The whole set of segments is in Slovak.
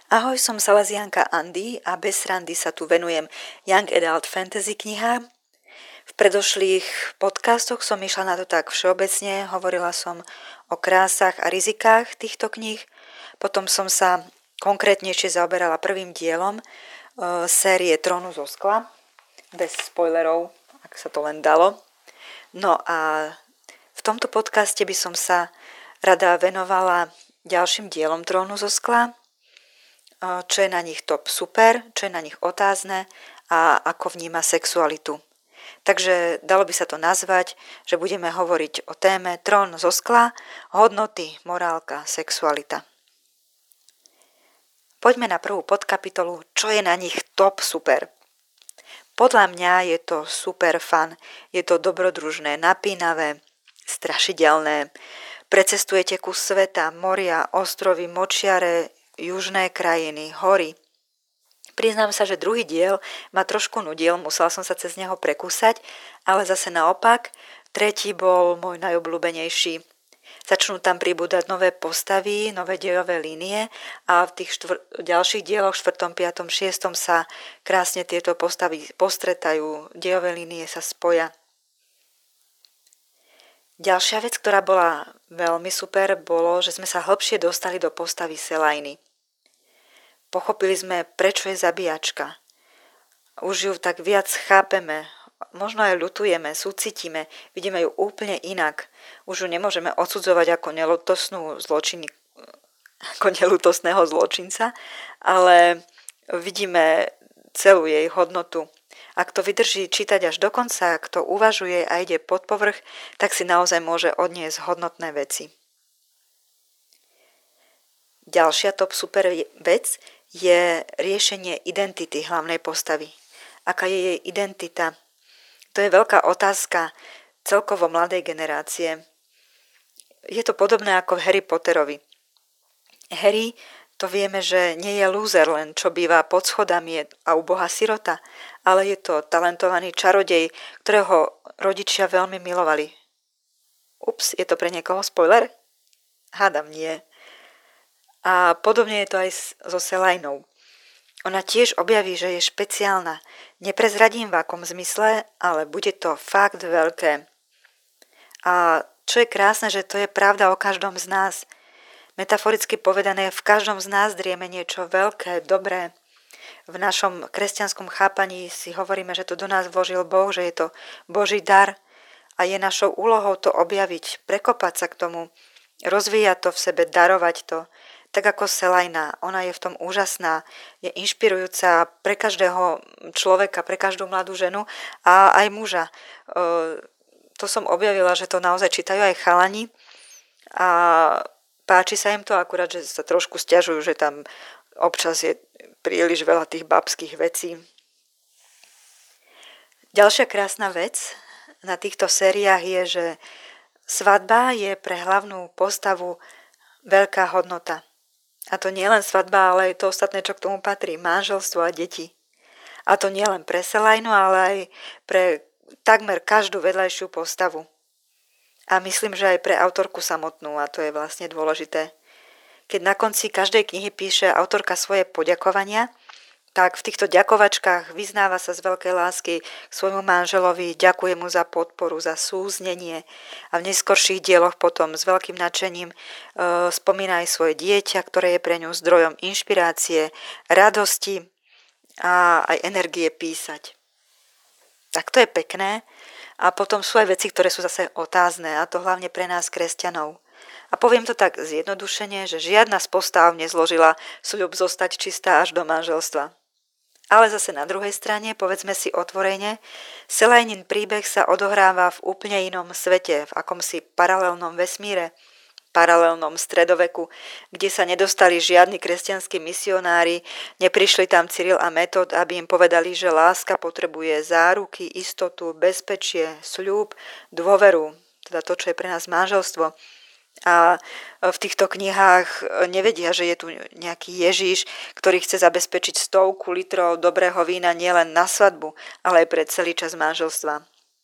Ahoj, som Salesianka Andy a bez srandy sa tu venujem Young Adult Fantasy knihám. V predošlých podcastoch som išla na to tak všeobecne, hovorila som o krásach a rizikách týchto kníh, potom som sa konkrétnejšie zaoberala prvým dielom série Trónu zo skla, bez spoilerov, ak sa to len dalo. No a v tomto podcaste by som sa rada venovala ďalším dielom Trónu zo skla, čo je na nich top super, čo je na nich otázne a ako vníma sexualitu. Takže dalo by sa to nazvať, že budeme hovoriť o téme Trón zo skla, hodnoty, morálka, sexualita. Poďme na prvú podkapitolu, čo je na nich top super. Podľa mňa je to super fun, je to dobrodružné, napínavé, strašidelné. Precestujete kus sveta, moria, ostrovy, močiare, južné krajiny, hory. Priznám sa, že druhý diel ma trošku nudil, musela som sa cez neho prekúsať, ale zase naopak, tretí bol môj najobľúbenejší. Začnú tam pribúdať nové postavy, nové dejové línie a v tých ďalších dieloch, 4., 5., 6. sa krásne tieto postavy postretajú, dejové línie sa spoja. Ďalšia vec, ktorá bola veľmi super, bolo, že sme sa hlbšie dostali do postavy Selajny. Pochopili sme, prečo je zabíjačka. Už ju tak viac chápeme, možno aj ľutujeme, súcitíme, vidíme ju úplne inak. Už ju nemôžeme odsudzovať ako nelútostného zločinca, ale vidíme celú jej hodnotu. Ak to vydrží čítať až do konca, ak to uvažuje a ide pod povrch, tak si naozaj môže odniesť hodnotné veci. Ďalšia top super vec je riešenie identity hlavnej postavy. Aká je jej identita? To je veľká otázka celkovo mladej generácie. Je to podobné ako v Harry Potterovi. Harry, to vieme, že nie je lúzer len, čo býva pod schodami a ubohá sirota, ale je to talentovaný čarodej, ktorého rodičia veľmi milovali. Ups, je to pre niekoho spoiler? Hádam nie. A podobne je to aj so Selajnou. Ona tiež objaví, že je špeciálna. Neprezradím v akom zmysle, ale bude to fakt veľké. A čo je krásne, že to je pravda o každom z nás. Metaforicky povedané, v každom z nás drieme niečo veľké, dobré. V našom kresťanskom chápaní si hovoríme, že to do nás vložil Boh, že je to Boží dar a je našou úlohou to objaviť, prekopať sa k tomu, rozvíjať to v sebe, darovať to. Tak ako Selajna, ona je v tom úžasná, je inšpirujúca pre každého človeka, pre každú mladú ženu a aj muža. To som objavila, že to naozaj čítajú aj chalani a páči sa im to, akurát, že sa trošku sťažujú, že tam občas je príliš veľa tých babských vecí. Ďalšia krásna vec na týchto sériách je, že svadba je pre hlavnú postavu veľká hodnota. A to nie len svadba, ale aj to ostatné, čo k tomu patrí, manželstvo a deti. A to nie len pre Selajnu, ale aj pre takmer každú vedľajšiu postavu. A myslím, že aj pre autorku samotnú, a to je vlastne dôležité. Keď na konci každej knihy píše autorka svoje poďakovania, tak v týchto ďakovačkách vyznáva sa z veľkej lásky k svojmu manželovi, ďakuje mu za podporu, za súznenie a v neskorších dieloch potom s veľkým nadšením spomína aj svoje dieťa, ktoré je pre ňu zdrojom inšpirácie, radosti a aj energie písať. Tak to je pekné a potom sú aj veci, ktoré sú zase otázne a to hlavne pre nás kresťanov. A poviem to tak zjednodušene, že žiadna z postáv nezložila sľub zostať čistá až do manželstva. Ale zase na druhej strane, povedzme si otvorene, Selajnin príbeh sa odohráva v úplne inom svete, v akomsi paralelnom vesmíre, paralelnom stredoveku, kde sa nedostali žiadni kresťanskí misionári, neprišli tam Cyril a Metod, aby im povedali, že láska potrebuje záruky, istotu, bezpečie, sľub, dôveru, teda to, čo je pre nás manželstvo. A v týchto knihách nevedia, že je tu nejaký Ježiš, ktorý chce zabezpečiť 100 litrov dobrého vína nielen na svadbu, ale aj pre celý čas manželstva.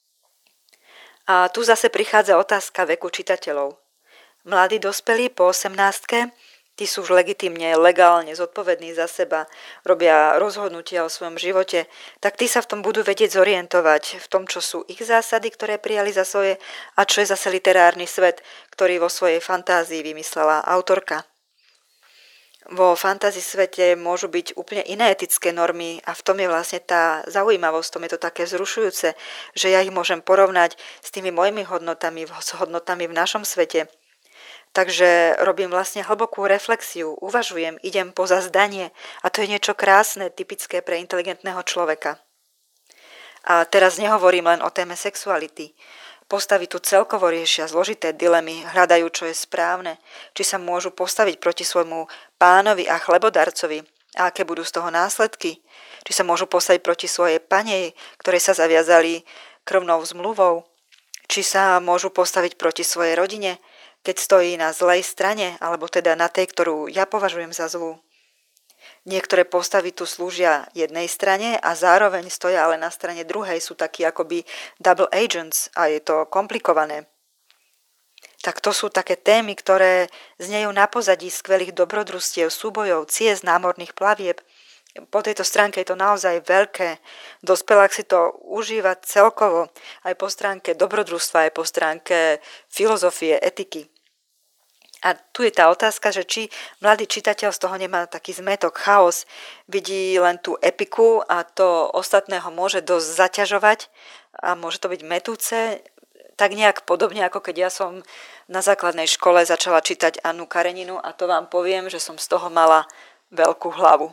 A tu zase prichádza otázka veku čitateľov. Mladí dospelí po 18-ke tí sú už legitímne, legálne zodpovední za seba, robia rozhodnutia o svojom živote, tak tí sa v tom budú vedieť zorientovať v tom, čo sú ich zásady, ktoré prijali za svoje a čo je zase literárny svet, ktorý vo svojej fantázii vymyslela autorka. Vo fantasy svete môžu byť úplne iné etické normy a v tom je vlastne tá zaujímavosť, tom je to také vzrušujúce, že ja ich môžem porovnať s tými mojimi hodnotami, s hodnotami v našom svete. Takže robím vlastne hlbokú reflexiu, uvažujem, idem poza zdanie a to je niečo krásne, typické pre inteligentného človeka. A teraz nehovorím len o téme sexuality. Postavy tu celkovo riešia zložité dilemy, hľadajú, čo je správne, či sa môžu postaviť proti svojmu pánovi a chlebodarcovi a aké budú z toho následky, či sa môžu postaviť proti svojej panej, ktoré sa zaviazali krvnou zmluvou, či sa môžu postaviť proti svojej rodine, keď stojí na zlej strane, alebo teda na tej, ktorú ja považujem za zlú. Niektoré postavy tu slúžia jednej strane a zároveň stoja ale na strane druhej, sú takí akoby double agents a je to komplikované. Tak to sú také témy, ktoré znejú na pozadí skvelých dobrodružstiev, súbojov, ciest, námorných plavieb. Po tejto stránke je to naozaj veľké. Dospelák si to užíva celkovo, aj po stránke dobrodružstva, aj po stránke filozofie, etiky. A tu je tá otázka, že či mladý čitateľ z toho nemá taký zmätok, chaos, vidí len tú epiku a to ostatného môže dosť zaťažovať a môže to byť mätúce, tak nejak podobne, ako keď ja som na základnej škole začala čítať Annu Kareninu a to vám poviem, že som z toho mala veľkú hlavu.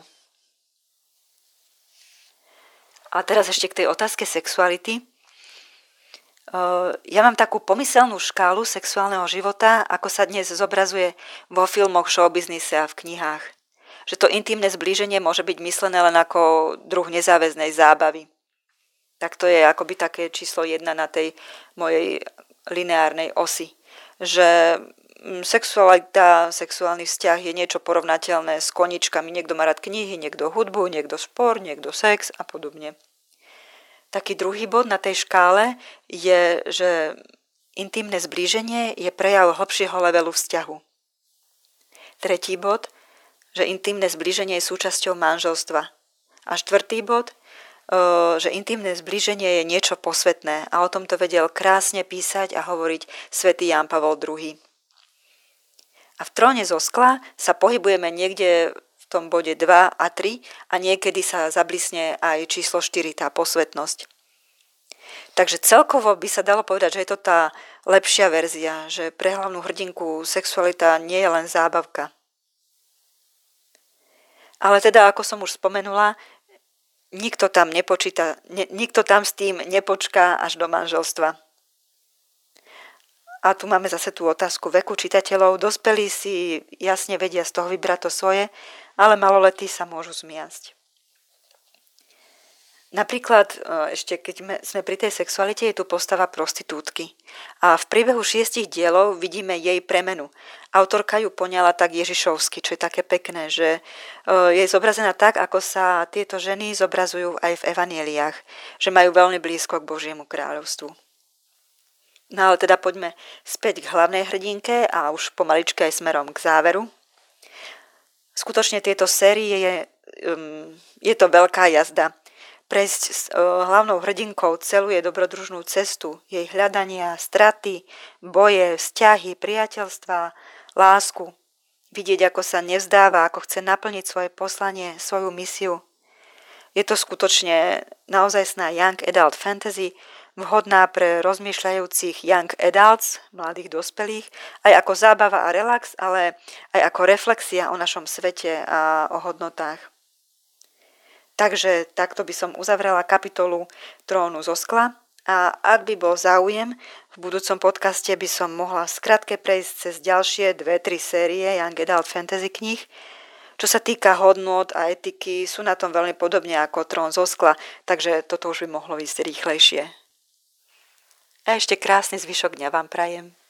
A teraz ešte k tej otázke sexuality. Ja mám takú pomyselnú škálu sexuálneho života, ako sa dnes zobrazuje vo filmoch, showbiznise a v knihách. Že to intimné zblíženie môže byť myslené len ako druh nezáväznej zábavy. Tak to je akoby také číslo 1 na tej mojej lineárnej osi. Že sexualita, sexuálny vzťah je niečo porovnateľné s koničkami. Niekto má rád knihy, niekto hudbu, niekto šport, niekto sex a podobne. Taký druhý bod na tej škále je, že intimné zblíženie je prejav hlbšieho levelu vzťahu. Tretí bod, že intimné zblíženie je súčasťou manželstva. A štvrtý bod, že intimné zblíženie je niečo posvetné a o tomto vedel krásne písať a hovoriť svätý Ján Pavol II. A v tróne zo skla sa pohybujeme niekde v tom bode 2 a 3 a niekedy sa zablisne aj číslo 4, tá posvetnosť. Takže celkovo by sa dalo povedať, že je to tá lepšia verzia, že pre hlavnú hrdinku sexualita nie je len zábavka. Ale teda, ako som už spomenula, nikto tam s tým nepočká až do manželstva. A tu máme zase tú otázku veku čitateľov. Dospelí si jasne vedia z toho vybrať to svoje, ale maloletí sa môžu zmiasť. Napríklad, ešte keď sme pri tej sexualite, je tu postava prostitútky. A v priebehu 6 dielov vidíme jej premenu. Autorka ju poňala tak ježišovsky, čo je také pekné, že je zobrazená tak, ako sa tieto ženy zobrazujú aj v evanjeliách, že majú veľmi blízko k Božiemu kráľovstvu. No ale teda poďme späť k hlavnej hrdinke a už pomaličke aj smerom k záveru. Skutočne tieto série je to veľká jazda. Prejsť s hlavnou hrdinkou celú jej dobrodružnú cestu, jej hľadania, straty, boje, vzťahy, priateľstva, lásku. Vidieť, ako sa nevzdáva, ako chce naplniť svoje poslanie, svoju misiu. Je to skutočne naozajstná young adult fantasy, vhodná pre rozmýšľajúcich young adults, mladých dospelých, aj ako zábava a relax, ale aj ako reflexia o našom svete a o hodnotách. Takže takto by som uzavrela kapitolu Trónu zo skla a ak by bol záujem, v budúcom podcaste by som mohla skrátke prejsť cez ďalšie 2-3 série Young Adult Fantasy kníh. Čo sa týka hodnôt a etiky, sú na tom veľmi podobne ako Trón zo skla, takže toto už by mohlo ísť rýchlejšie. A ešte krásny zvyšok dňa vám prajem.